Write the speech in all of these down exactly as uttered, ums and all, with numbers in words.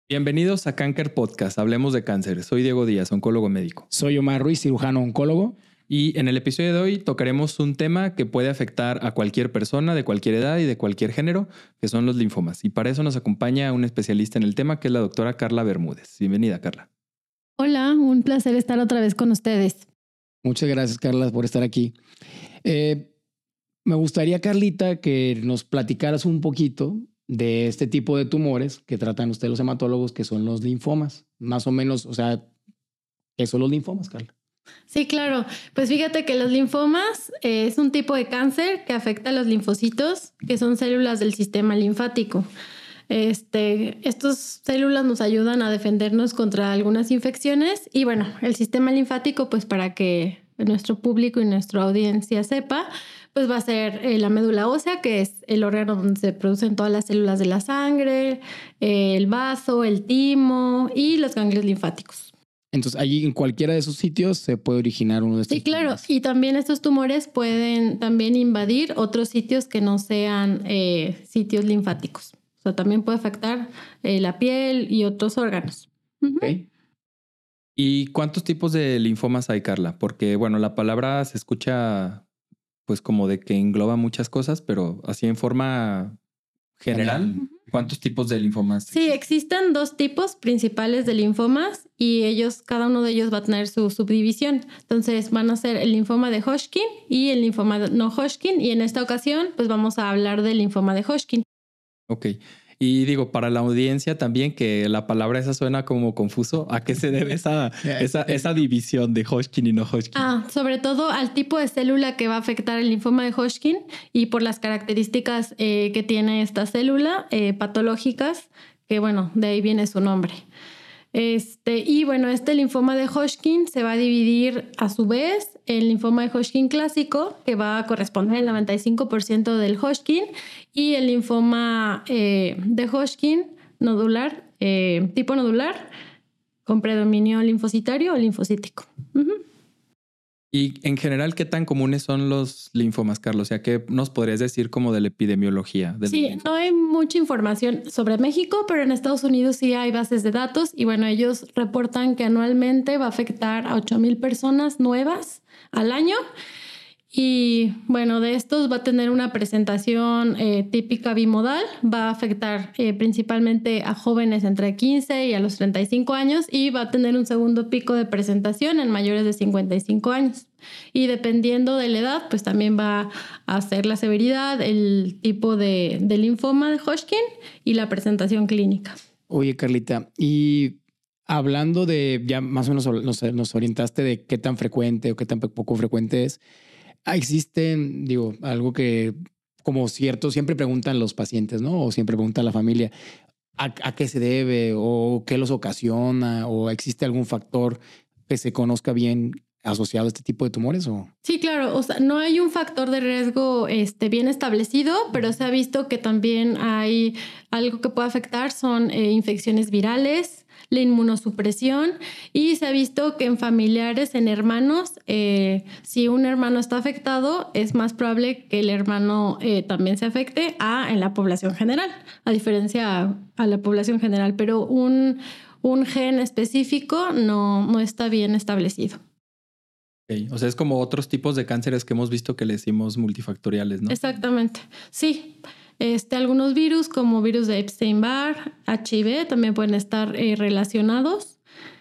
Bienvenidos a Cáncer Podcast, hablemos de cáncer. Soy Diego Díaz, oncólogo médico. Soy Omar Ruiz, cirujano oncólogo. Y en el episodio de hoy tocaremos un tema que puede afectar a cualquier persona de cualquier edad y de cualquier género, que son los linfomas. Y para eso nos acompaña un especialista en el tema, que es la doctora Carla Bermúdez. Bienvenida, Carla. Hola, un placer estar otra vez con ustedes. Muchas gracias, Carla, por estar aquí. Eh, me gustaría, Carlita, que nos platicaras un poquito de este tipo de tumores que tratan ustedes los hematólogos, que son los linfomas. Más o menos, o sea, ¿qué son los linfomas, Carla? Sí, claro. Pues fíjate que los linfomas eh, es un tipo de cáncer que afecta a los linfocitos, que son células del sistema linfático. Este, estas células nos ayudan a defendernos contra algunas infecciones y bueno, el sistema linfático, pues para que nuestro público y nuestra audiencia sepa, pues va a ser eh, la médula ósea, que es el órgano donde se producen todas las células de la sangre, eh, el vaso, el timo y los ganglios linfáticos. Entonces, allí en cualquiera de esos sitios se puede originar uno de estos. Sí, claro. tumores. Y también estos tumores pueden también invadir otros sitios que no sean eh, sitios linfáticos. O sea, también puede afectar eh, la piel y otros órganos. Uh-huh. Okay. ¿Y cuántos tipos de linfomas hay, Carla? Porque, bueno, la palabra se escucha pues como de que engloba muchas cosas, pero así en forma general, uh-huh. ¿Cuántos tipos de linfomas? Sí, existen dos tipos principales de linfomas y ellos, cada uno de ellos va a tener su subdivisión. Entonces van a ser el linfoma de Hodgkin y el linfoma no Hodgkin, y en esta ocasión pues vamos a hablar del linfoma de Hodgkin. Ok. Y digo, para la audiencia también, que la palabra esa suena como confuso, ¿a qué se debe esa, esa, esa división de Hodgkin y no Hodgkin? Ah, sobre todo al tipo de célula que va a afectar el linfoma de Hodgkin y por las características eh, que tiene esta célula eh, patológicas, que bueno, de ahí viene su nombre. Este, y bueno, este linfoma de Hodgkin se va a dividir a su vez en linfoma de Hodgkin clásico, que va a corresponder al noventa y cinco por ciento del Hodgkin, y el linfoma eh, de Hodgkin nodular, eh, tipo nodular, con predominio linfocitario o linfocítico. Uh-huh. Y en general, ¿qué tan comunes son los linfomas, Carlos? O sea, ¿qué nos podrías decir como de la epidemiología? Del sí, linfoma? No hay mucha información sobre México, pero en Estados Unidos sí hay bases de datos y bueno, ellos reportan que anualmente va a afectar a ocho mil personas nuevas al año. Y bueno, de estos va a tener una presentación eh, típica bimodal, va a afectar eh, principalmente a jóvenes entre quince y a los treinta y cinco años y va a tener un segundo pico de presentación en mayores de cincuenta y cinco años. Y dependiendo de la edad, pues también va a ser la severidad, el tipo de, de linfoma de Hodgkin y la presentación clínica. Oye, Carlita, y hablando de, ya más o menos nos, nos orientaste de qué tan frecuente o qué tan poco frecuente es. Existe, digo, algo que como cierto, siempre preguntan los pacientes, ¿no? O siempre pregunta la familia, ¿a, a qué se debe? ¿O qué los ocasiona? ¿O existe algún factor que se conozca bien asociado a este tipo de tumores? ¿O? Sí, claro. O sea, no hay un factor de riesgo este, bien establecido, pero se ha visto que también hay algo que puede afectar, son eh, infecciones virales, la inmunosupresión, y se ha visto que en familiares, en hermanos, eh, si un hermano está afectado, es más probable que el hermano eh, también se afecte a en la población general, a diferencia a, a la población general, pero un, un gen específico no, no está bien establecido. Okay. O sea, es como otros tipos de cánceres que hemos visto que le decimos multifactoriales, ¿no? Exactamente, sí. Este, algunos virus como virus de Epstein-Barr, H I V también pueden estar eh, relacionados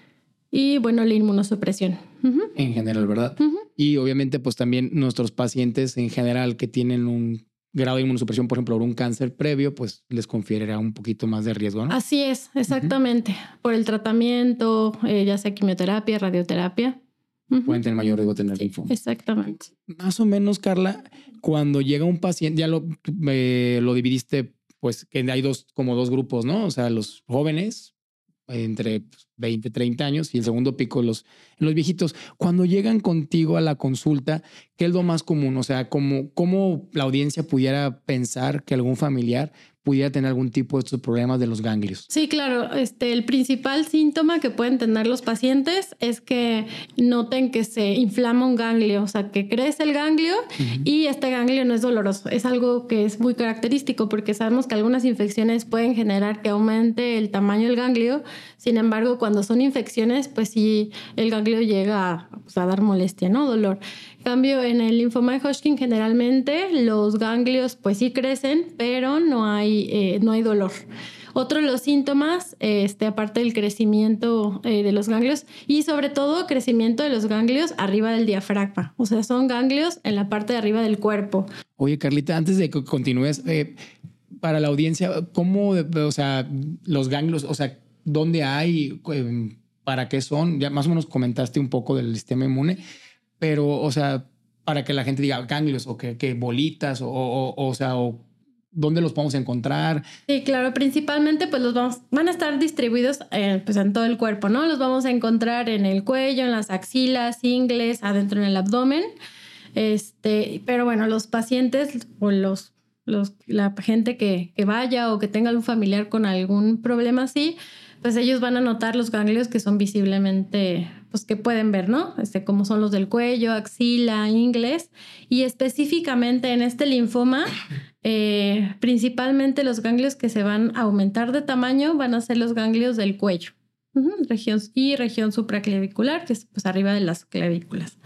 y bueno, la inmunosupresión. Uh-huh. En general, ¿verdad? Uh-huh. Y obviamente pues también nuestros pacientes en general que tienen un grado de inmunosupresión, por ejemplo, por un cáncer previo, pues les confiere un poquito más de riesgo, ¿no? Así es, exactamente. Uh-huh. Por el tratamiento, eh, ya sea quimioterapia, radioterapia. Uh-huh. Pueden tener mayor riesgo de tener sí, linfoma. Exactamente. Más o menos, Carla, cuando llega un paciente, ya lo, eh, lo dividiste, pues que hay dos, como dos grupos, ¿no? O sea, los jóvenes entre veinte, treinta años y el segundo pico los, los viejitos. Cuando llegan contigo a la consulta, ¿qué es lo más común? O sea, ¿cómo, cómo la audiencia pudiera pensar que algún familiar pudiera tener algún tipo de estos problemas de los ganglios. Sí, claro. Este, el principal síntoma que pueden tener los pacientes es que noten que se inflama un ganglio, o sea, que crece el ganglio uh-huh. y este ganglio no es doloroso. Es algo que es muy característico porque sabemos que algunas infecciones pueden generar que aumente el tamaño del ganglio. Sin embargo, cuando son infecciones, pues sí, el ganglio llega a, pues, a dar molestia, ¿no? Dolor. En cambio, en el linfoma de Hodgkin, generalmente los ganglios pues sí crecen, pero no hay, eh, no hay dolor. Otro de los síntomas, este, aparte del crecimiento eh, de los ganglios y sobre todo crecimiento de los ganglios arriba del diafragma. O sea, son ganglios en la parte de arriba del cuerpo. Oye, Carlita, antes de que continúes, eh, para la audiencia, ¿cómo, o sea, los ganglios, o sea, dónde hay, eh, para qué son? Ya más o menos comentaste un poco del sistema inmune, pero, o sea, para que la gente diga ganglios o que, que bolitas o, o, o, o sea, o ¿dónde los podemos encontrar? Sí, claro, principalmente pues los vamos, van a estar distribuidos eh, pues en todo el cuerpo, ¿no? Los vamos a encontrar en el cuello, en las axilas, ingles, adentro en el abdomen. Este, pero bueno, los pacientes o los, los, la gente que, que vaya o que tenga algún familiar con algún problema así, pues ellos van a notar los ganglios que son visiblemente, pues que pueden ver, ¿no? Este, como son los del cuello, axila, ingles. Y específicamente en este linfoma, eh, principalmente los ganglios que se van a aumentar de tamaño van a ser los ganglios del cuello. Uh-huh, región, y región supraclavicular, que es pues arriba de las clavículas.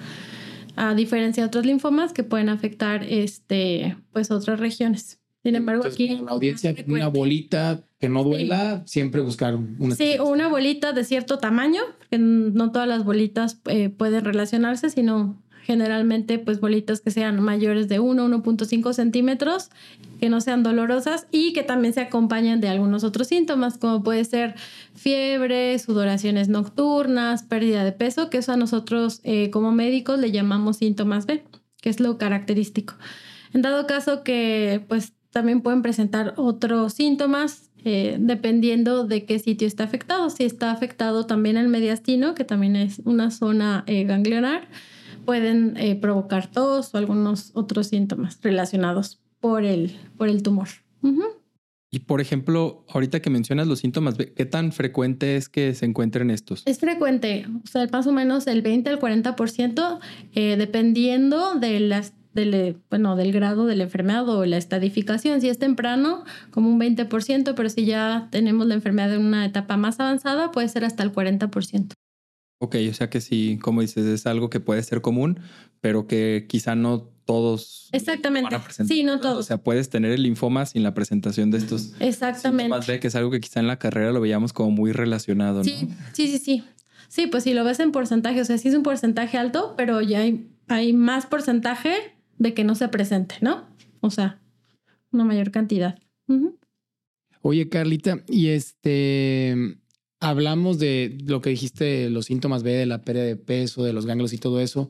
A diferencia de otros linfomas que pueden afectar este, pues otras regiones. Sin embargo, entonces, aquí... en la audiencia, una bolita que no duela, sí. Siempre buscar una... Sí, una bolita de cierto tamaño, porque no todas las bolitas eh, pueden relacionarse, sino generalmente pues bolitas que sean mayores de uno, uno punto cinco centímetros, que no sean dolorosas y que también se acompañen de algunos otros síntomas, como puede ser fiebre, sudoraciones nocturnas, pérdida de peso, que eso a nosotros eh, como médicos le llamamos síntomas B, que es lo característico. En dado caso que pues también pueden presentar otros síntomas eh, dependiendo de qué sitio está afectado. Si está afectado también el mediastino, que también es una zona eh, ganglionar, pueden eh, provocar tos o algunos otros síntomas relacionados por el, por el tumor. Uh-huh. Y por ejemplo, ahorita que mencionas los síntomas, ¿qué tan frecuente es que se encuentren estos? Es frecuente, o sea, más o menos el veinte al cuarenta por ciento, eh, dependiendo de las Del, bueno, del grado de la enfermedad o la estadificación. Si es temprano, como un veinte por ciento, pero si ya tenemos la enfermedad en una etapa más avanzada, puede ser hasta el cuarenta por ciento. Ok, o sea que sí, como dices, es algo que puede ser común, pero que quizá no todos... Exactamente, sí, no todos. O sea, puedes tener el linfoma sin la presentación de estos Exactamente. síntomas B, que es algo que quizá en la carrera lo veíamos como muy relacionado, sí, ¿no? Sí, sí, sí. Sí, pues si lo ves en porcentaje, o sea, sí es un porcentaje alto, pero ya hay, hay más porcentaje de que no se presente, ¿no? O sea, una mayor cantidad. Uh-huh. Oye, Carlita, y este, hablamos de lo que dijiste, los síntomas B, de la pérdida de peso, de los ganglios y todo eso.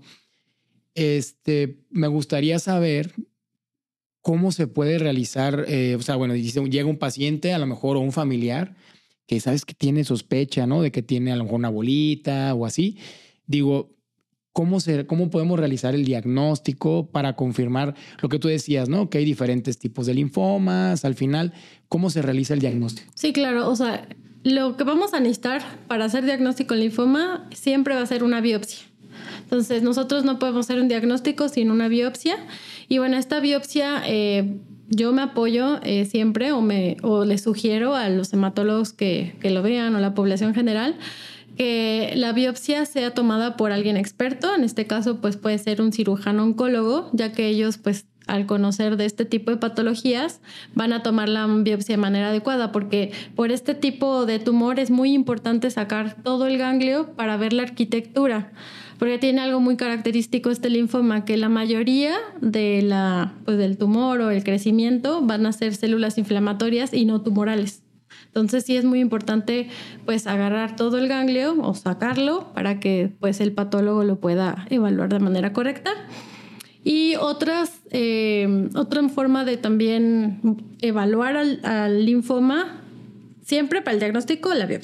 Este, me gustaría saber cómo se puede realizar, eh, o sea, bueno, llega un paciente, a lo mejor, o un familiar, que sabes que tiene sospecha, ¿no? De que tiene a lo mejor una bolita o así. Digo, ¿Cómo, se, ¿Cómo podemos realizar el diagnóstico para confirmar lo que tú decías, ¿no? Que hay diferentes tipos de linfomas. Al final, ¿cómo se realiza el diagnóstico? Sí, claro. O sea, lo que vamos a necesitar para hacer diagnóstico en linfoma siempre va a ser una biopsia. Entonces, nosotros no podemos hacer un diagnóstico sin una biopsia. Y bueno, esta biopsia eh, yo me apoyo eh, siempre o, me, o le sugiero a los hematólogos que, que lo vean o la población general que la biopsia sea tomada por alguien experto. En este caso, pues puede ser un cirujano oncólogo, ya que ellos, pues, al conocer de este tipo de patologías, van a tomar la biopsia de manera adecuada, porque por este tipo de tumor es muy importante sacar todo el ganglio para ver la arquitectura, porque tiene algo muy característico este linfoma, que la mayoría de la, pues, del tumor o el crecimiento van a ser células inflamatorias y no tumorales. Entonces sí es muy importante pues agarrar todo el ganglio o sacarlo para que pues el patólogo lo pueda evaluar de manera correcta. Y otras, eh, otra forma de también evaluar al, al linfoma, siempre para el diagnóstico, la biopsia.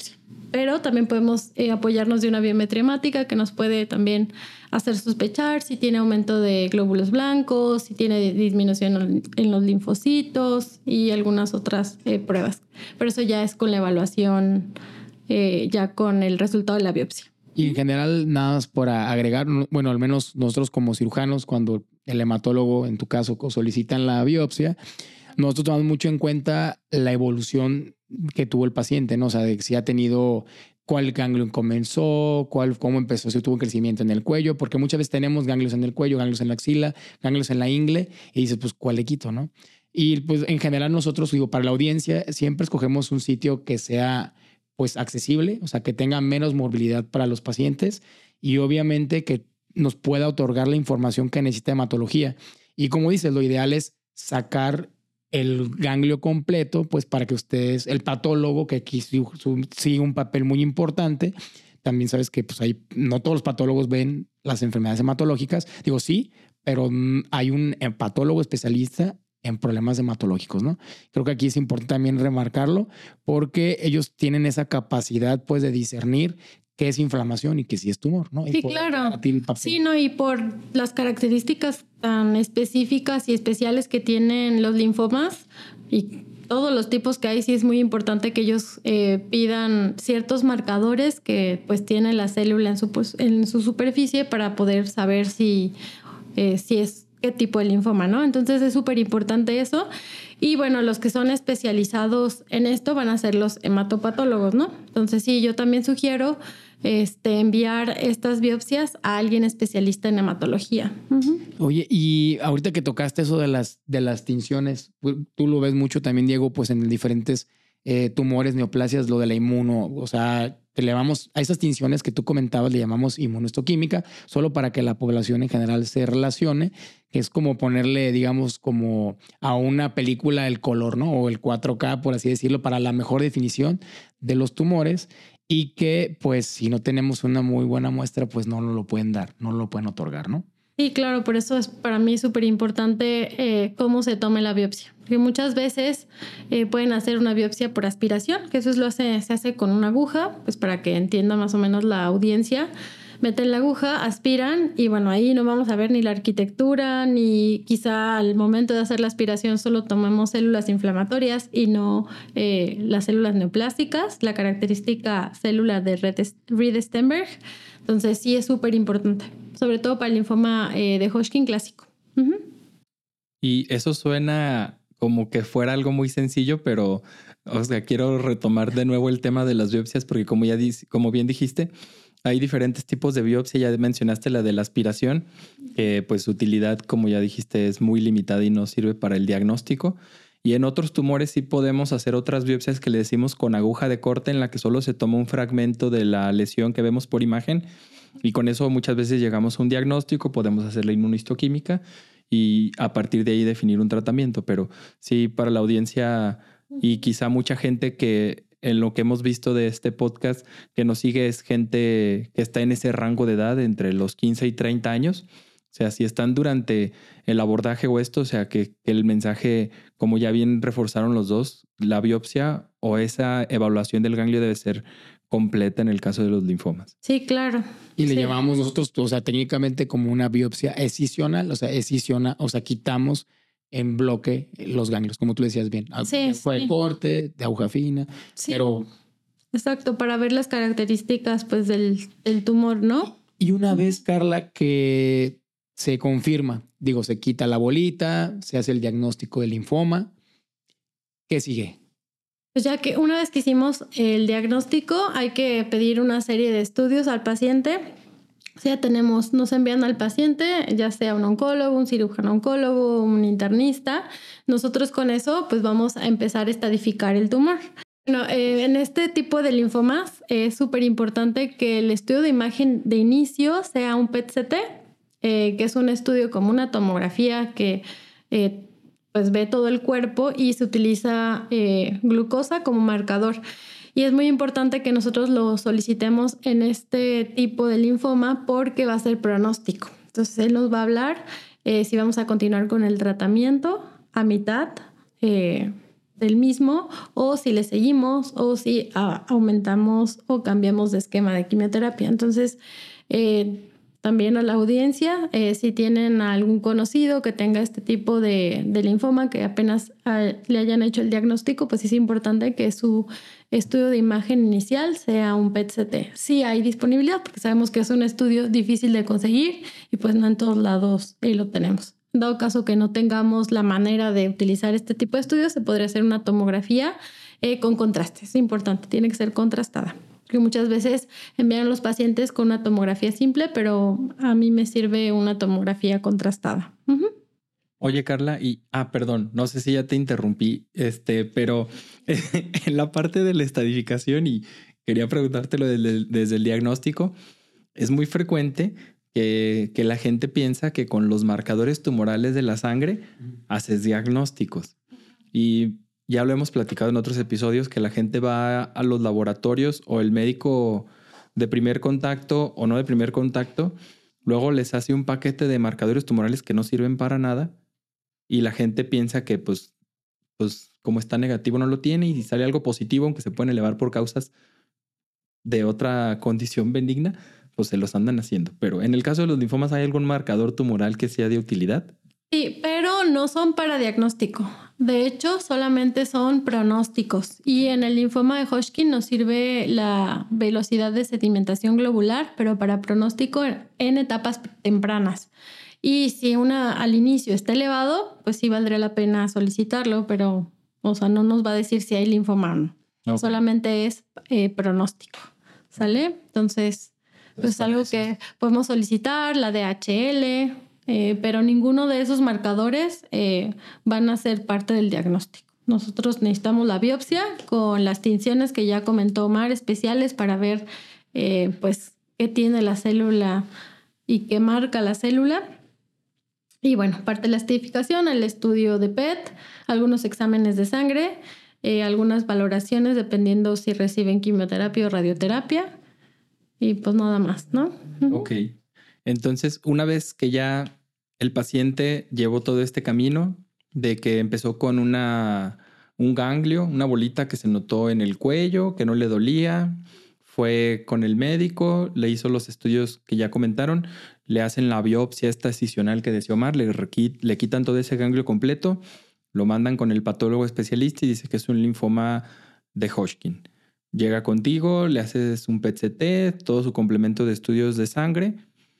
pero también podemos eh, apoyarnos de una biometría hemática que nos puede también hacer sospechar si tiene aumento de glóbulos blancos, si tiene disminución en los linfocitos y algunas otras eh, pruebas. Pero eso ya es con la evaluación, eh, ya con el resultado de la biopsia. Y en general, nada más por agregar, bueno, al menos nosotros como cirujanos, cuando el hematólogo, en tu caso, solicitan la biopsia, nosotros tomamos mucho en cuenta la evolución que tuvo el paciente, ¿no? O sea, de si ha tenido, cuál ganglio comenzó, cuál, cómo empezó, si tuvo crecimiento en el cuello, porque muchas veces tenemos ganglios en el cuello, ganglios en la axila, ganglios en la ingle, y dices, pues, ¿cuál le quito, no? Y pues en general nosotros, digo, para la audiencia, siempre escogemos un sitio que sea, pues, accesible, o sea, que tenga menos movilidad para los pacientes y obviamente que nos pueda otorgar la información que necesita hematología. Y como dices, lo ideal es sacar el ganglio completo, pues para que ustedes, el patólogo, que aquí sigue un papel muy importante, también sabes que pues hay, no todos los patólogos ven las enfermedades hematológicas, digo sí, pero hay un patólogo especialista en problemas hematológicos, ¿no? Creo que aquí es importante también remarcarlo porque ellos tienen esa capacidad pues de discernir qué es inflamación y qué sí es tumor, ¿no? Sí, claro. Sí, no, y por las características tan específicas y especiales que tienen los linfomas y todos los tipos que hay, sí es muy importante que ellos eh, pidan ciertos marcadores que pues tiene la célula en su, pues, en su superficie para poder saber si, eh, si es qué tipo de linfoma, ¿no? Entonces es súper importante eso. Y bueno, los que son especializados en esto van a ser los hematopatólogos, ¿no? Entonces sí, yo también sugiero este, enviar estas biopsias a alguien especialista en hematología. Uh-huh. Oye, y ahorita que tocaste eso de las, de las tinciones, tú lo ves mucho también, Diego, pues en diferentes eh, tumores, neoplasias, lo de la inmuno, o sea, le llamamos a esas tinciones que tú comentabas, le llamamos inmunohistoquímica, solo para que la población en general se relacione, que es como ponerle, digamos, como a una película el color, ¿no? O el cuatro K, por así decirlo, para la mejor definición de los tumores y que, pues, si no tenemos una muy buena muestra, pues no nos lo pueden dar, no lo pueden otorgar, ¿no? Sí, claro, por eso es para mí súper importante eh, cómo se tome la biopsia. Porque muchas veces eh, pueden hacer una biopsia por aspiración, que eso es lo hace, se hace con una aguja, pues para que entienda más o menos la audiencia. Meten la aguja, aspiran y bueno, ahí no vamos a ver ni la arquitectura, ni quizá al momento de hacer la aspiración solo tomemos células inflamatorias y no eh, las células neoplásticas, la característica célula de Reed-Sternberg. Entonces sí es súper importante, sobre todo para el linfoma eh, de Hodgkin clásico. Uh-huh. Y eso suena como que fuera algo muy sencillo, pero o sea, quiero retomar de nuevo el tema de las biopsias porque como ya di- como bien dijiste, hay diferentes tipos de biopsia. Ya mencionaste la de la aspiración, que pues su utilidad, como ya dijiste, es muy limitada y no sirve para el diagnóstico. Y en otros tumores sí podemos hacer otras biopsias que le decimos con aguja de corte, en la que solo se toma un fragmento de la lesión que vemos por imagen. Y con eso muchas veces llegamos a un diagnóstico, podemos hacer la inmunohistoquímica y a partir de ahí definir un tratamiento. Pero sí, para la audiencia y quizá mucha gente que en lo que hemos visto de este podcast que nos sigue es gente que está en ese rango de edad entre los quince y treinta años. O sea, si están durante el abordaje o esto, o sea, que, que el mensaje, como ya bien reforzaron los dos, la biopsia o esa evaluación del ganglio debe ser completa en el caso de los linfomas. Sí, claro. Y le sí. llamamos nosotros, o sea, técnicamente como una biopsia escisional, o sea, escisiona, o sea, quitamos en bloque los ganglios, como tú decías bien. Sí, Fue sí. de corte, de aguja fina, sí. pero... Exacto, para ver las características pues del, del tumor, ¿no? Y una vez, Carla, que se confirma, digo, se quita la bolita, se hace el diagnóstico del linfoma, ¿qué sigue? Pues ya que una vez que hicimos el diagnóstico, hay que pedir una serie de estudios al paciente. O sea, tenemos, nos envían al paciente, ya sea un oncólogo, un cirujano oncólogo, un internista. Nosotros con eso pues vamos a empezar a estadificar el tumor. Bueno, eh, en este tipo de linfomas es súper importante que el estudio de imagen de inicio sea un P E T C T, eh, que es un estudio como una tomografía que eh, pues ve todo el cuerpo y se utiliza eh, glucosa como marcador. Y es muy importante que nosotros lo solicitemos en este tipo de linfoma porque va a ser pronóstico. Entonces él nos va a hablar eh, si vamos a continuar con el tratamiento a mitad, eh, del mismo, o si le seguimos, o si a, aumentamos o cambiamos de esquema de quimioterapia. Entonces, eh, también a la audiencia, eh, si tienen algún conocido que tenga este tipo de, de linfoma, que apenas a, le hayan hecho el diagnóstico, pues es importante que su estudio de imagen inicial sea un P E T C T. Sí hay disponibilidad, porque sabemos que es un estudio difícil de conseguir y pues no en todos lados eh, lo tenemos. En dado caso que no tengamos la manera de utilizar este tipo de estudios, se podría hacer una tomografía eh, con contraste. Es importante, tiene que ser contrastada. Que muchas veces envían a los pacientes con una tomografía simple, pero a mí me sirve una tomografía contrastada. Uh-huh. Oye, Carla, y ah, perdón, no sé si ya te interrumpí, este, pero en la parte de la estadificación, y quería preguntártelo desde, desde el diagnóstico, es muy frecuente que, que la gente piensa que con los marcadores tumorales de la sangre haces diagnósticos. Y ya lo hemos platicado en otros episodios, que la gente va a los laboratorios o el médico de primer contacto o no de primer contacto, luego les hace un paquete de marcadores tumorales que no sirven para nada y la gente piensa que pues, pues como está negativo no lo tiene, y si sale algo positivo, aunque se pueden elevar por causas de otra condición benigna, pues se los andan haciendo. Pero en el caso de los linfomas, ¿hay algún marcador tumoral que sea de utilidad? Sí, pero no son para diagnóstico. De hecho, solamente son pronósticos. Y en el linfoma de Hodgkin nos sirve la velocidad de sedimentación globular, pero para pronóstico en etapas tempranas. Y si una al inicio está elevado, pues sí valdría la pena solicitarlo, pero o sea, no nos va a decir si hay linfoma o no. Okay. Solamente es eh, pronóstico. ¿Sale? Entonces, pues es algo que podemos solicitar, la D H L, eh, pero ninguno de esos marcadores eh, van a ser parte del diagnóstico. Nosotros necesitamos la biopsia con las tinciones que ya comentó Omar, especiales para ver eh, pues qué tiene la célula y qué marca la célula. Y bueno, parte de la estadificación, el estudio de P E T, algunos exámenes de sangre, eh, algunas valoraciones dependiendo si reciben quimioterapia o radioterapia, y pues nada más, ¿no? Uh-huh. Ok. Entonces, una vez que ya el paciente llevó todo este camino de que empezó con una, un ganglio, una bolita que se notó en el cuello, que no le dolía, fue con el médico, le hizo los estudios que ya comentaron, le hacen la biopsia esta excisional que decía Omar, le, le quitan todo ese ganglio completo, lo mandan con el patólogo especialista y dice que es un linfoma de Hodgkin. Llega contigo, le haces un P E T C T, todo su complemento de estudios de sangre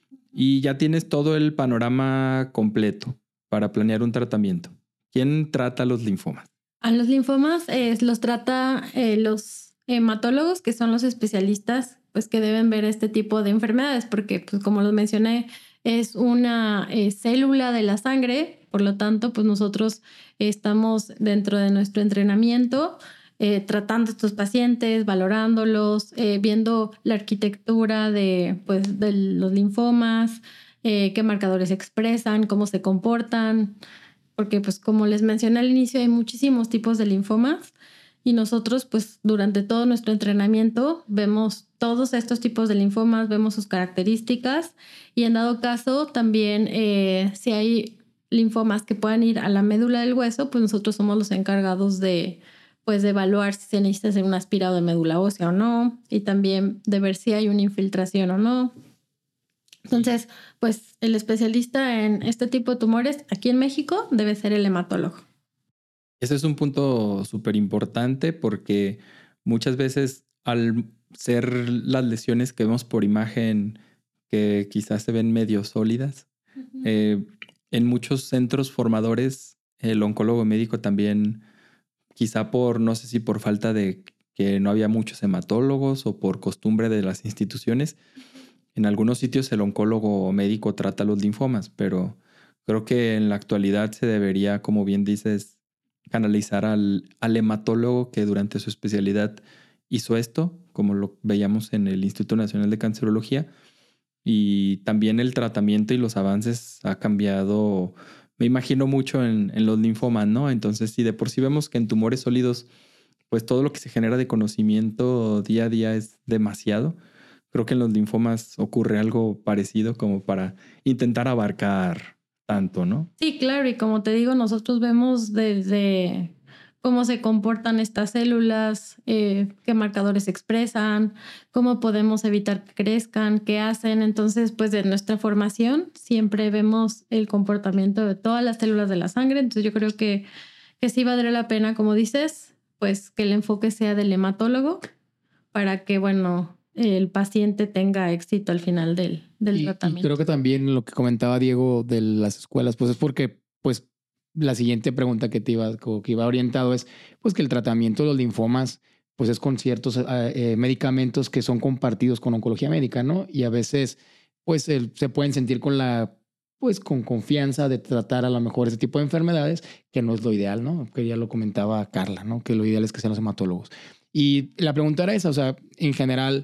y ya tienes todo el panorama completo para planear un tratamiento. ¿Quién trata los linfomas? A los linfomas eh, los trata eh, los hematólogos, que son los especialistas pues, que deben ver este tipo de enfermedades, porque pues, como los mencioné, es una eh, célula de la sangre, por lo tanto, pues nosotros estamos dentro de nuestro entrenamiento Eh, tratando a estos pacientes, valorándolos, eh, viendo la arquitectura de, pues, de los linfomas, eh, qué marcadores expresan, cómo se comportan, porque pues como les mencioné al inicio hay muchísimos tipos de linfomas y nosotros pues durante todo nuestro entrenamiento vemos todos estos tipos de linfomas, vemos sus características y en dado caso también eh, si hay linfomas que puedan ir a la médula del hueso, pues nosotros somos los encargados de pues de evaluar si se necesita hacer un aspirado de médula ósea o no, y también de ver si hay una infiltración o no. Entonces, pues el especialista en este tipo de tumores aquí en México debe ser el hematólogo. Ese es un punto súper importante porque muchas veces al ser las lesiones que vemos por imagen que quizás se ven medio sólidas, uh-huh. eh, en muchos centros formadores el oncólogo médico también, quizá por, no sé si por falta de que no había muchos hematólogos o por costumbre de las instituciones, en algunos sitios el oncólogo médico trata los linfomas, pero creo que en la actualidad se debería, como bien dices, canalizar al, al hematólogo que durante su especialidad hizo esto, como lo veíamos en el Instituto Nacional de Cancerología, y también el tratamiento y los avances ha cambiado. Me imagino mucho en, en los linfomas, ¿no? Entonces, si de por sí vemos que en tumores sólidos, pues todo lo que se genera de conocimiento día a día es demasiado, creo que en los linfomas ocurre algo parecido como para intentar abarcar tanto, ¿no? Sí, claro. Y como te digo, nosotros vemos desde cómo se comportan estas células, eh, qué marcadores expresan, cómo podemos evitar que crezcan, qué hacen. Entonces, pues de nuestra formación siempre vemos el comportamiento de todas las células de la sangre. Entonces yo creo que, que sí valdría la pena, como dices, pues que el enfoque sea del hematólogo para que, bueno, el paciente tenga éxito al final del, del y, tratamiento. Y creo que también lo que comentaba Diego de las escuelas, pues es porque, pues, la siguiente pregunta que te iba, que iba orientado es, pues, que el tratamiento de los linfomas, pues, es con ciertos eh, medicamentos que son compartidos con oncología médica, ¿no? Y a veces, pues, el, se pueden sentir con la, pues, con confianza de tratar a lo mejor ese tipo de enfermedades, que no es lo ideal, ¿no? Que ya lo comentaba Carla, ¿no? Que lo ideal es que sean los hematólogos. Y la pregunta era esa, o sea, en general,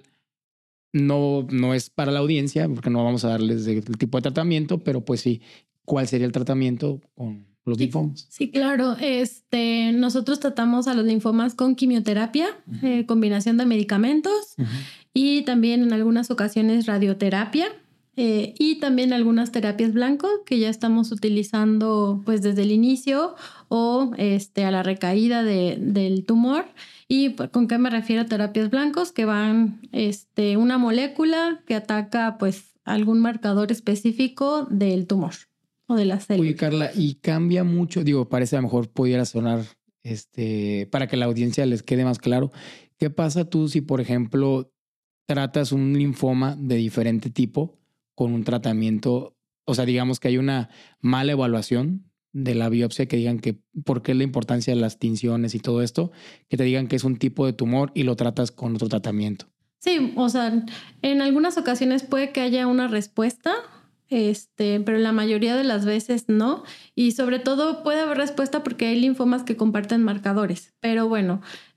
No, no es para la audiencia, porque no vamos a darles el tipo de tratamiento, pero pues sí, ¿cuál sería el tratamiento con los sí, linfomas? Sí, claro. Este, nosotros tratamos a los linfomas con quimioterapia, uh-huh. eh, combinación de medicamentos uh-huh. y también en algunas ocasiones radioterapia eh, y también algunas terapias blanco que ya estamos utilizando pues desde el inicio o este, a la recaída de, del tumor. ¿Y con qué me refiero a terapias blancos? Que van este, una molécula que ataca pues algún marcador específico del tumor o de la célula. Oye, Carla, y cambia mucho, digo, parece a lo mejor pudiera sonar, este, para que la audiencia les quede más claro. ¿Qué pasa tú si, por ejemplo, tratas un linfoma de diferente tipo con un tratamiento? O sea, digamos que hay una mala evaluación de la biopsia, que digan que por qué es la importancia de las tinciones y todo esto, que te digan que es un tipo de tumor y lo tratas con otro tratamiento. Sí, o sea, en algunas ocasiones puede que haya una respuesta, este, pero la mayoría de las veces no. Y sobre todo puede haber respuesta porque hay linfomas que comparten marcadores. Pero bueno,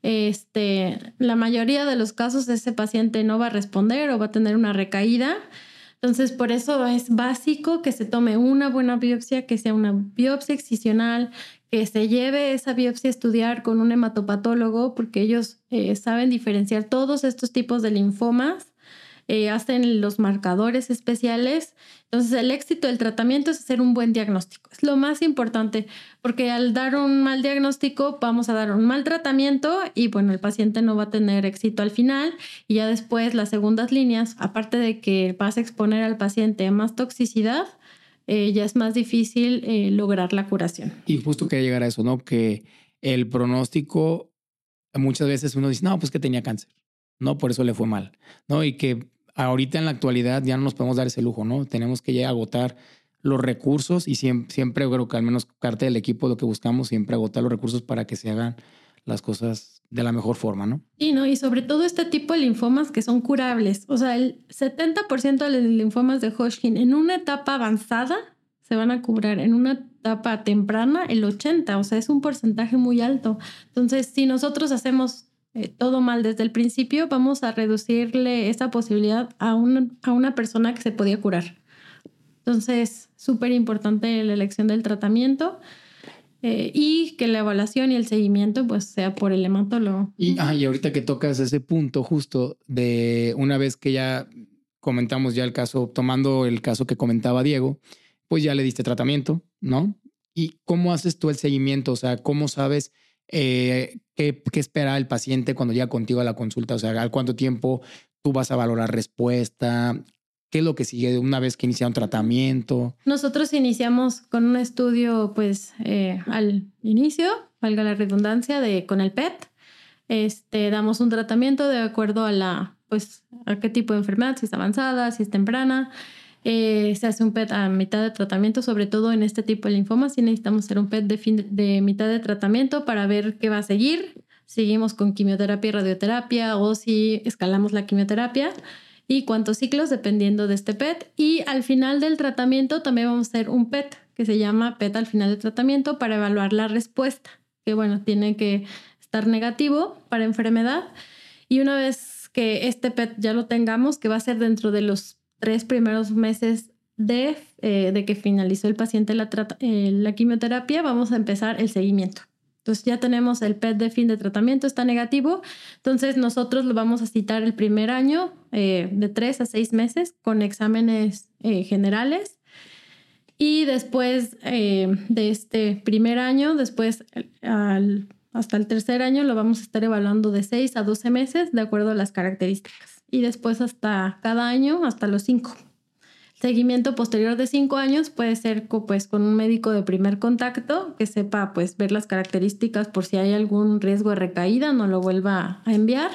este, la mayoría de los casos ese paciente no va a responder o va a tener una recaída. Entonces, por eso es básico que se tome una buena biopsia, que sea una biopsia excisional, que se lleve esa biopsia a estudiar con un hematopatólogo, porque ellos eh, saben diferenciar todos estos tipos de linfomas, eh, hacen los marcadores especiales. Entonces, el éxito del tratamiento es hacer un buen diagnóstico. Es lo más importante, porque al dar un mal diagnóstico vamos a dar un mal tratamiento y, bueno, el paciente no va a tener éxito al final. Y ya después las segundas líneas, aparte de que vas a exponer al paciente a más toxicidad, eh, ya es más difícil eh, lograr la curación. Y justo quería llegar a eso, ¿no? Que el pronóstico, muchas veces uno dice, no, pues que tenía cáncer, ¿no? Por eso le fue mal, ¿no? Y que ahorita en la actualidad ya no nos podemos dar ese lujo, ¿no? Tenemos que ya agotar los recursos y siempre, siempre creo que al menos parte del equipo lo que buscamos, siempre agotar los recursos para que se hagan las cosas de la mejor forma, ¿no? Y no, y sobre todo este tipo de linfomas que son curables. O sea, el setenta por ciento de los linfomas de Hodgkin en una etapa avanzada se van a curar, en una etapa temprana el ochenta por ciento, o sea, es un porcentaje muy alto. Entonces, si nosotros hacemos Eh, todo mal desde el principio, vamos a reducirle esa posibilidad a, un, a una persona que se podía curar. Entonces, súper importante la elección del tratamiento eh, y que la evaluación y el seguimiento pues sea por el hematólogo. Y, ah, y ahorita que tocas ese punto justo de una vez que ya comentamos ya el caso, tomando el caso que comentaba Diego, pues ya le diste tratamiento, ¿no? ¿Y cómo haces tú el seguimiento? O sea, ¿cómo sabes Eh, ¿qué, qué espera el paciente cuando llega contigo a la consulta? O sea, ¿al cuánto tiempo tú vas a valorar respuesta? ¿Qué es lo que sigue una vez que inicia un tratamiento? Nosotros iniciamos con un estudio, pues, eh, al inicio, valga la redundancia, de, con el P E T. Este, damos un tratamiento de acuerdo a la, pues, a qué tipo de enfermedad, si es avanzada, si es temprana. Eh, se hace un P E T a mitad de tratamiento, sobre todo en este tipo de linfomas. Sí necesitamos hacer un P E T de, fin de, de mitad de tratamiento para ver qué va a seguir. Seguimos con quimioterapia y radioterapia o si escalamos la quimioterapia y cuántos ciclos dependiendo de este P E T. Y al final del tratamiento también vamos a hacer un P E T que se llama P E T al final del tratamiento para evaluar la respuesta, que bueno, tiene que estar negativo para enfermedad. Y una vez que este P E T ya lo tengamos, que va a ser dentro de los tres primeros meses de, eh, de que finalizó el paciente la, eh, la quimioterapia, vamos a empezar el seguimiento. Entonces ya tenemos el P E T de fin de tratamiento, está negativo. Entonces nosotros lo vamos a citar el primer año eh, de tres a seis meses con exámenes eh, generales. Y después eh, de este primer año, después al, hasta el tercer año lo vamos a estar evaluando de seis a doce meses de acuerdo a las características. Y después hasta cada año, hasta los cinco. Seguimiento posterior de cinco años puede ser pues, con un médico de primer contacto que sepa pues, ver las características por si hay algún riesgo de recaída, no lo vuelva a enviar.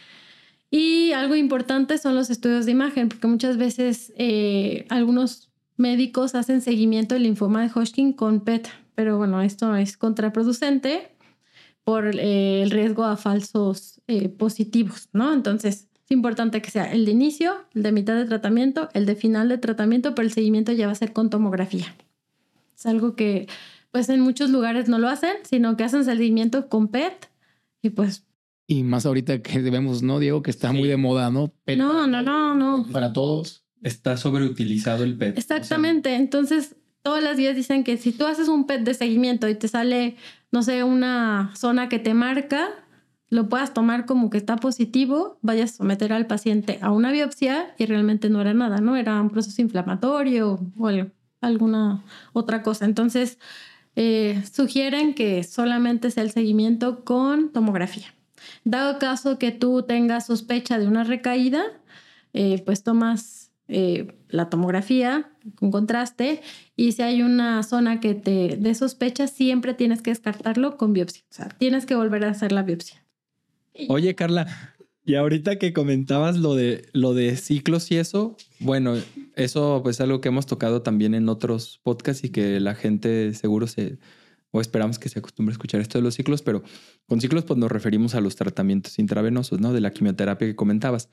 Y algo importante son los estudios de imagen, porque muchas veces eh, algunos médicos hacen seguimiento del linfoma de Hodgkin con P E T, pero bueno, esto es contraproducente por eh, el riesgo a falsos eh, positivos, ¿no? Entonces, es importante que sea el de inicio, el de mitad de tratamiento, el de final de tratamiento, pero el seguimiento ya va a ser con tomografía. Es algo que, pues, en muchos lugares no lo hacen, sino que hacen seguimiento con P E T y pues... Y más ahorita que vemos, ¿no, Diego? Que está sí. muy de moda, ¿no? P E T no, no, no, no. Para todos. Está sobreutilizado el P E T. Exactamente. O sea, entonces, todas las guías dicen que si tú haces un P E T de seguimiento y te sale, no sé, una zona que te marca, lo puedas tomar como que está positivo, vayas a someter al paciente a una biopsia y realmente no era nada, ¿no? Era un proceso inflamatorio o alguna otra cosa. Entonces, eh, sugieren que solamente sea el seguimiento con tomografía. Dado caso que tú tengas sospecha de una recaída, eh, pues tomas eh, la tomografía con contraste y si hay una zona que te dé sospecha, siempre tienes que descartarlo con biopsia. O sea, tienes que volver a hacer la biopsia. Oye, Carla, y ahorita que comentabas lo de, lo de ciclos y eso, bueno, eso pues es algo que hemos tocado también en otros podcasts y que la gente seguro se, o esperamos que se acostumbre a escuchar esto de los ciclos, pero con ciclos pues nos referimos a los tratamientos intravenosos, ¿no? De la quimioterapia que comentabas.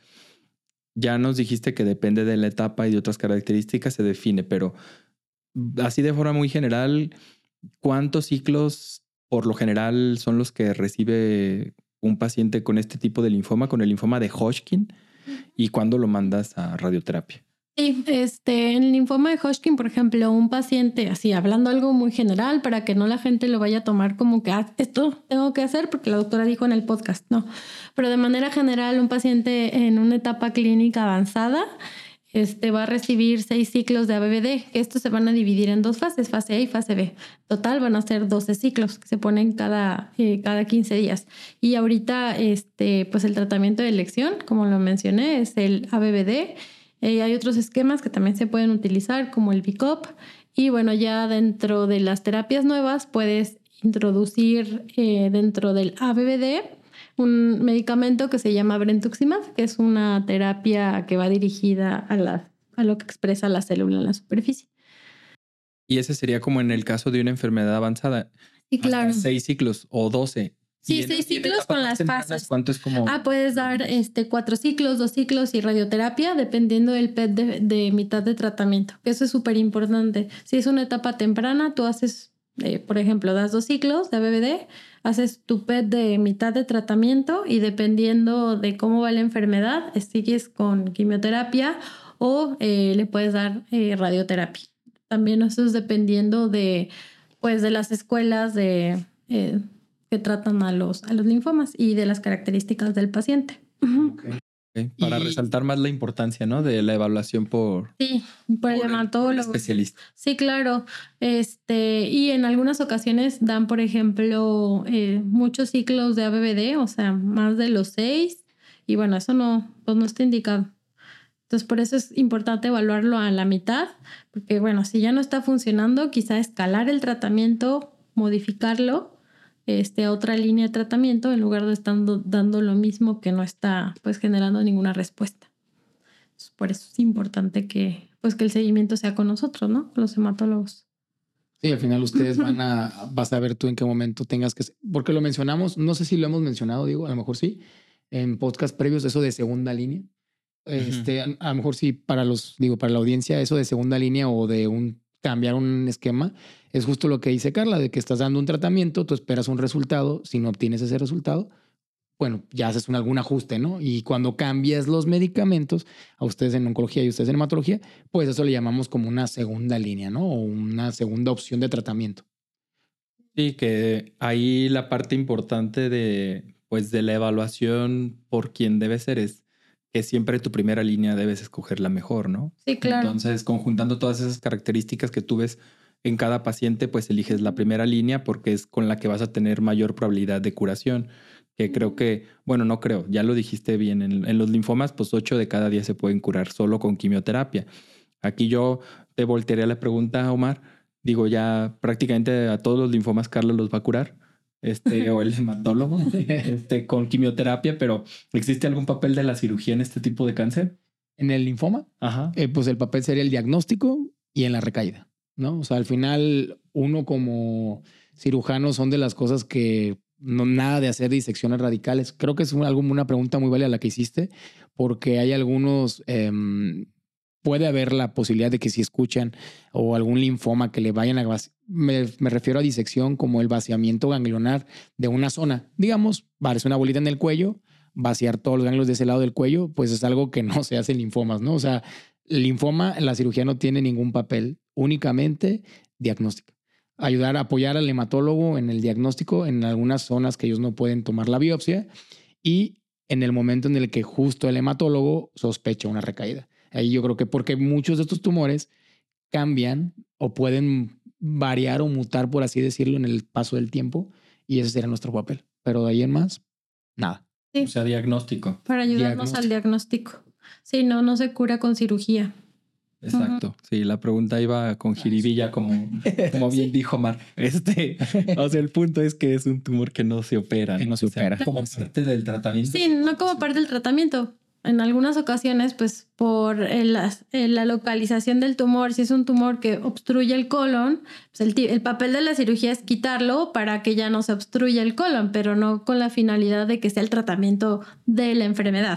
Ya nos dijiste que depende de la etapa y de otras características se define, pero así de forma muy general, ¿cuántos ciclos por lo general son los que recibe un paciente con este tipo de linfoma, con el linfoma de Hodgkin, y cuándo lo mandas a radioterapia? Sí, este, en el linfoma de Hodgkin, por ejemplo, un paciente, así hablando algo muy general para que no la gente lo vaya a tomar como que ah, esto tengo que hacer porque la doctora dijo en el podcast, no. Pero de manera general, un paciente en una etapa clínica avanzada este, va a recibir seis ciclos de A B V D, que estos se van a dividir en dos fases, fase A y fase B. Total van a ser doce ciclos que se ponen cada, eh, cada quince días. Y ahorita, este, pues el tratamiento de elección, como lo mencioné, es el A B V D. Eh, hay otros esquemas que también se pueden utilizar, como el V C O P. Y bueno, ya dentro de las terapias nuevas puedes introducir eh, dentro del A B V D un medicamento que se llama brentuximab, que es una terapia que va dirigida a, la, a lo que expresa la célula en la superficie. Y ese sería como en el caso de una enfermedad avanzada. Sí, claro. Seis ciclos o doce. Sí, seis ciclos con las fases. ¿Cuánto es como? Ah, puedes dar este, cuatro ciclos, dos ciclos y radioterapia, dependiendo del P E T de, de mitad de tratamiento. Eso es súper importante. Si es una etapa temprana, tú haces, eh, por ejemplo, das dos ciclos de A B V D, haces tu P E T de mitad de tratamiento y dependiendo de cómo va la enfermedad, sigues con quimioterapia o eh, le puedes dar eh, radioterapia. También eso es dependiendo de, pues, de las escuelas de... Eh, que tratan a los, a los linfomas y de las características del paciente. Okay. Okay. Para y... resaltar más la importancia, ¿no? De la evaluación por... Sí, por el hematólogo. Especialista. Sí, claro. Este, y en algunas ocasiones dan, por ejemplo, eh, muchos ciclos de A B V D, o sea, más de los seis. Y bueno, eso no, pues no está indicado. Entonces, por eso es importante evaluarlo a la mitad, porque bueno, si ya no está funcionando, quizá escalar el tratamiento, modificarlo, Este, a otra línea de tratamiento en lugar de estar dando lo mismo que no está pues generando ninguna respuesta. Entonces, por eso es importante que, pues, que el seguimiento sea con nosotros, ¿no? Los hematólogos. Sí, al final ustedes van a, vas a ver tú en qué momento tengas que, porque lo mencionamos, no sé si lo hemos mencionado, digo, a lo mejor sí, en podcast previos, eso de segunda línea. Este, uh-huh. a, a lo mejor sí para los, digo, para la audiencia, eso de segunda línea o de un cambiar un esquema, es justo lo que dice Carla, de que estás dando un tratamiento, tú esperas un resultado, si no obtienes ese resultado, bueno, ya haces un, algún ajuste, ¿no? Y cuando cambias los medicamentos, a ustedes en oncología y a ustedes en hematología, pues eso le llamamos como una segunda línea, ¿no? O una segunda opción de tratamiento. Sí, que ahí la parte importante de, pues, de la evaluación por quién debe ser es que siempre tu primera línea debes escoger la mejor, ¿no? Sí, claro. Entonces, conjuntando todas esas características que tú ves en cada paciente pues eliges la primera línea porque es con la que vas a tener mayor probabilidad de curación. Que creo que, bueno, no creo, ya lo dijiste bien, en, en los linfomas pues ocho de cada diez se pueden curar solo con quimioterapia. Aquí yo te voltearía la pregunta, Omar. Digo, ya prácticamente a todos los linfomas Carla los va a curar. Este, o el hematólogo, este, con quimioterapia, pero ¿existe algún papel de la cirugía en este tipo de cáncer? En el linfoma, Ajá. Eh, pues el papel sería el diagnóstico y en la recaída, ¿no? O sea, al final uno como cirujano son de las cosas que no nada de hacer disecciones radicales. Creo que es una, una pregunta muy válida la que hiciste, porque hay algunos... Eh, puede haber la posibilidad de que si escuchan o algún linfoma que le vayan a... Me, me refiero a disección como el vaciamiento ganglionar de una zona. Digamos, parece una bolita en el cuello, vaciar todos los ganglios de ese lado del cuello, pues es algo que no se hace en linfomas, ¿no? O sea, el linfoma en la cirugía no tiene ningún papel, únicamente diagnóstico. Ayudar a apoyar al hematólogo en el diagnóstico en algunas zonas que ellos no pueden tomar la biopsia y en el momento en el que justo el hematólogo sospecha una recaída. Ahí yo creo que porque muchos de estos tumores cambian o pueden variar o mutar, por así decirlo, en el paso del tiempo y ese será nuestro papel. Pero de ahí en más, nada. Sí. O sea, diagnóstico. Para ayudarnos Diagnóstico. al diagnóstico. Sí, no, no se cura con cirugía. Exacto. Uh-huh. Sí, la pregunta iba con jiribilla, como, como bien sí. dijo Mar. Este, o sea, el punto es que es un tumor que no se opera. Que no se o sea, opera. como parte del tratamiento. Sí, no como parte del tratamiento. En algunas ocasiones, pues por el, el, la localización del tumor, si es un tumor que obstruye el colon, pues el, el papel de la cirugía es quitarlo para que ya no se obstruya el colon, pero no con la finalidad de que sea el tratamiento de la enfermedad,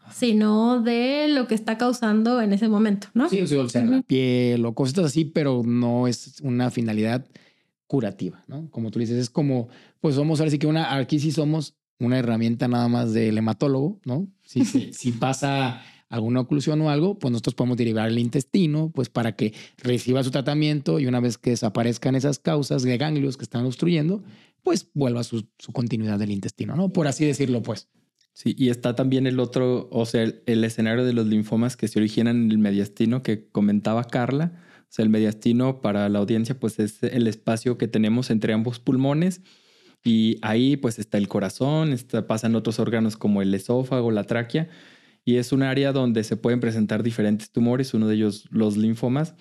sino de lo que está causando en ese momento, ¿no? Sí, o sea, o sea, uh-huh. la piel o cosas así, pero no es una finalidad curativa, ¿no? Como tú dices, es como, pues somos ahora sí que una, aquí sí somos una herramienta nada más del hematólogo, ¿no? Si, si, si pasa alguna oclusión o algo, pues nosotros podemos derivar el intestino, pues para que reciba su tratamiento y una vez que desaparezcan esas causas de ganglios que están obstruyendo, pues vuelva a su, su continuidad del intestino, ¿no? Por así decirlo, pues. Sí, y está también el otro, o sea, el, el escenario de los linfomas que se originan en el mediastino que comentaba Carla. O sea, el mediastino para la audiencia, pues es el espacio que tenemos entre ambos pulmones. Y ahí pues está el corazón, está, pasan otros órganos como el esófago, la tráquea, y es un área donde se pueden presentar diferentes tumores, uno de ellos los linfomas.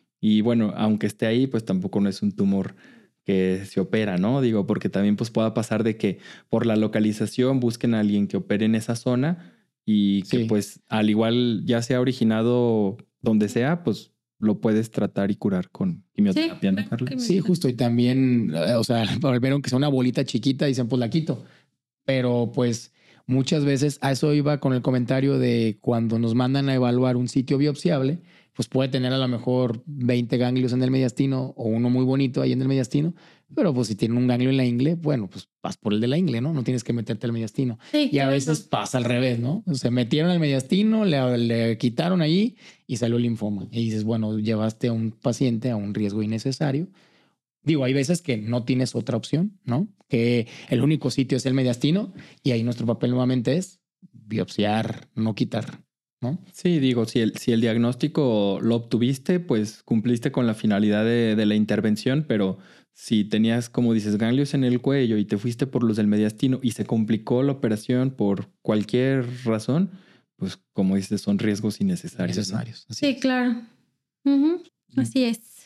Y bueno, aunque esté ahí, pues tampoco no es un tumor que se opera, ¿no? Digo, porque también pues pueda pasar de que por la localización busquen a alguien que opere en esa zona y que sí. pues al igual ya sea originado donde sea, pues lo puedes tratar y curar con quimioterapia, sí, ¿no, Carla? Sí, justo. Y también, o sea, vieron que sea una bolita chiquita y dicen, pues la quito. Pero pues muchas veces a eso iba con el comentario de cuando nos mandan a evaluar un sitio biopsiable, pues puede tener a lo mejor veinte ganglios en el mediastino o uno muy bonito ahí en el mediastino, pero pues si tiene un ganglio en la ingle, bueno, pues vas por el de la ingle, ¿no? No tienes que meterte al mediastino. Sí, y a veces no. pasa al revés, ¿no? Se metieron al mediastino, le, le quitaron ahí y salió el linfoma. Y dices, bueno, llevaste a un paciente a un riesgo innecesario. Digo, hay veces que no tienes otra opción, ¿no? Que el único sitio es el mediastino y ahí nuestro papel nuevamente es biopsiar, no quitar, ¿no? Sí, digo, si el, si el diagnóstico lo obtuviste, pues cumpliste con la finalidad de, de la intervención, pero si tenías, como dices, ganglios en el cuello y te fuiste por los del mediastino y se complicó la operación por cualquier razón, pues como dices, son riesgos innecesarios. Necesarios. ¿No? Sí, es. Claro. Uh-huh. Así es.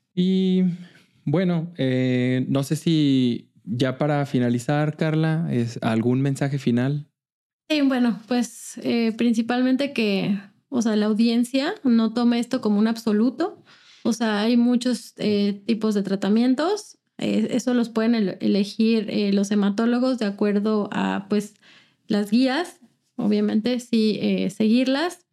Y bueno, eh, no sé si ya para finalizar, Carla, ¿es algún mensaje final? Sí, bueno, pues eh, principalmente que, o sea, la audiencia no tome esto como un absoluto. O sea, hay muchos eh, tipos de tratamientos. Eh, eso los pueden el- elegir eh, los hematólogos de acuerdo a, pues, las guías. Obviamente, sí, eh, seguirlas.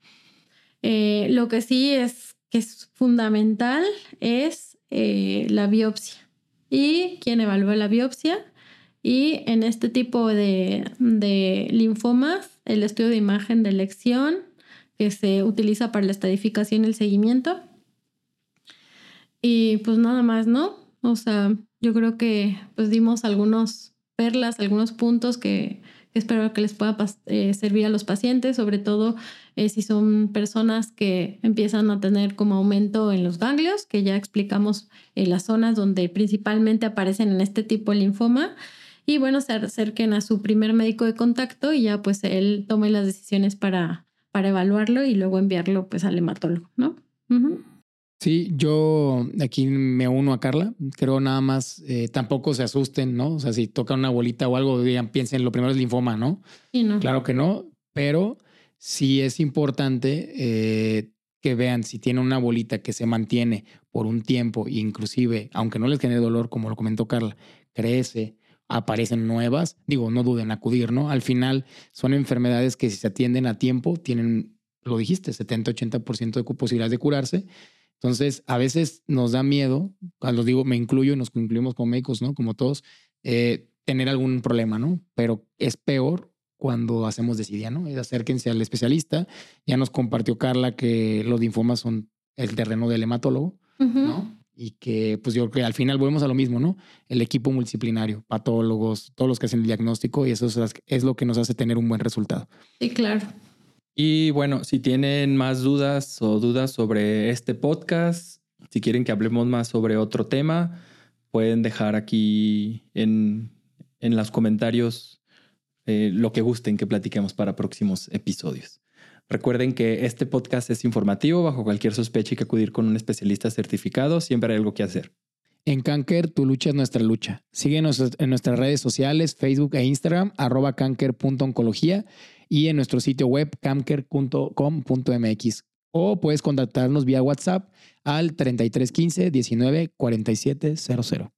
Eh, lo que sí es que es fundamental es eh, la biopsia. Y quién evalúa la biopsia. Y en este tipo de, de linfomas, el estudio de imagen de elección que se utiliza para la estadificación y el seguimiento. Y pues nada más, ¿no? O sea, yo creo que pues dimos algunos perlas, algunos puntos que, espero que les pueda eh, servir a los pacientes, sobre todo eh, si son personas que empiezan a tener como aumento en los ganglios, que ya explicamos en las zonas donde principalmente aparecen en este tipo de linfoma. Y bueno, se acerquen a su primer médico de contacto y ya pues él tome las decisiones para, para evaluarlo y luego enviarlo pues al hematólogo, ¿no? Uh-huh. Sí, yo aquí me uno a Carla. Creo nada más, eh, tampoco se asusten, ¿no? O sea, si tocan una bolita o algo, digan, piensen, lo primero es linfoma, ¿no? Sí, no. Claro que no, pero sí es importante eh, que vean si tienen una bolita que se mantiene por un tiempo, inclusive, aunque no les genere dolor, como lo comentó Carla, crece, aparecen nuevas, digo, no duden en acudir, ¿no? Al final son enfermedades que si se atienden a tiempo, tienen, lo dijiste, setenta, ochenta por ciento de posibilidades de curarse. Entonces, a veces nos da miedo, cuando digo, me incluyo y nos incluimos como médicos, ¿no? Como todos, eh, tener algún problema, ¿no? Pero es peor cuando hacemos desidia, ¿no? Acérquense al especialista. Ya nos compartió Carla que los linfomas son el terreno del hematólogo, uh-huh. ¿no? Y que, pues yo creo que al final volvemos a lo mismo, ¿no? El equipo multidisciplinario, patólogos, todos los que hacen el diagnóstico, y eso es, es lo que nos hace tener un buen resultado. Sí, claro. Y bueno, si tienen más dudas o dudas sobre este podcast, si quieren que hablemos más sobre otro tema, pueden dejar aquí en, en los comentarios eh, lo que gusten que platiquemos para próximos episodios. Recuerden que este podcast es informativo. Bajo cualquier sospecha hay que acudir con un especialista certificado. Siempre hay algo que hacer. En Canker, tu lucha es nuestra lucha. Síguenos en nuestras redes sociales, Facebook e Instagram, arroba canker punto oncología, y en nuestro sitio web canker punto com punto m x. O puedes contactarnos vía WhatsApp al treinta y tres quince diecinueve cuarenta y siete cero cero.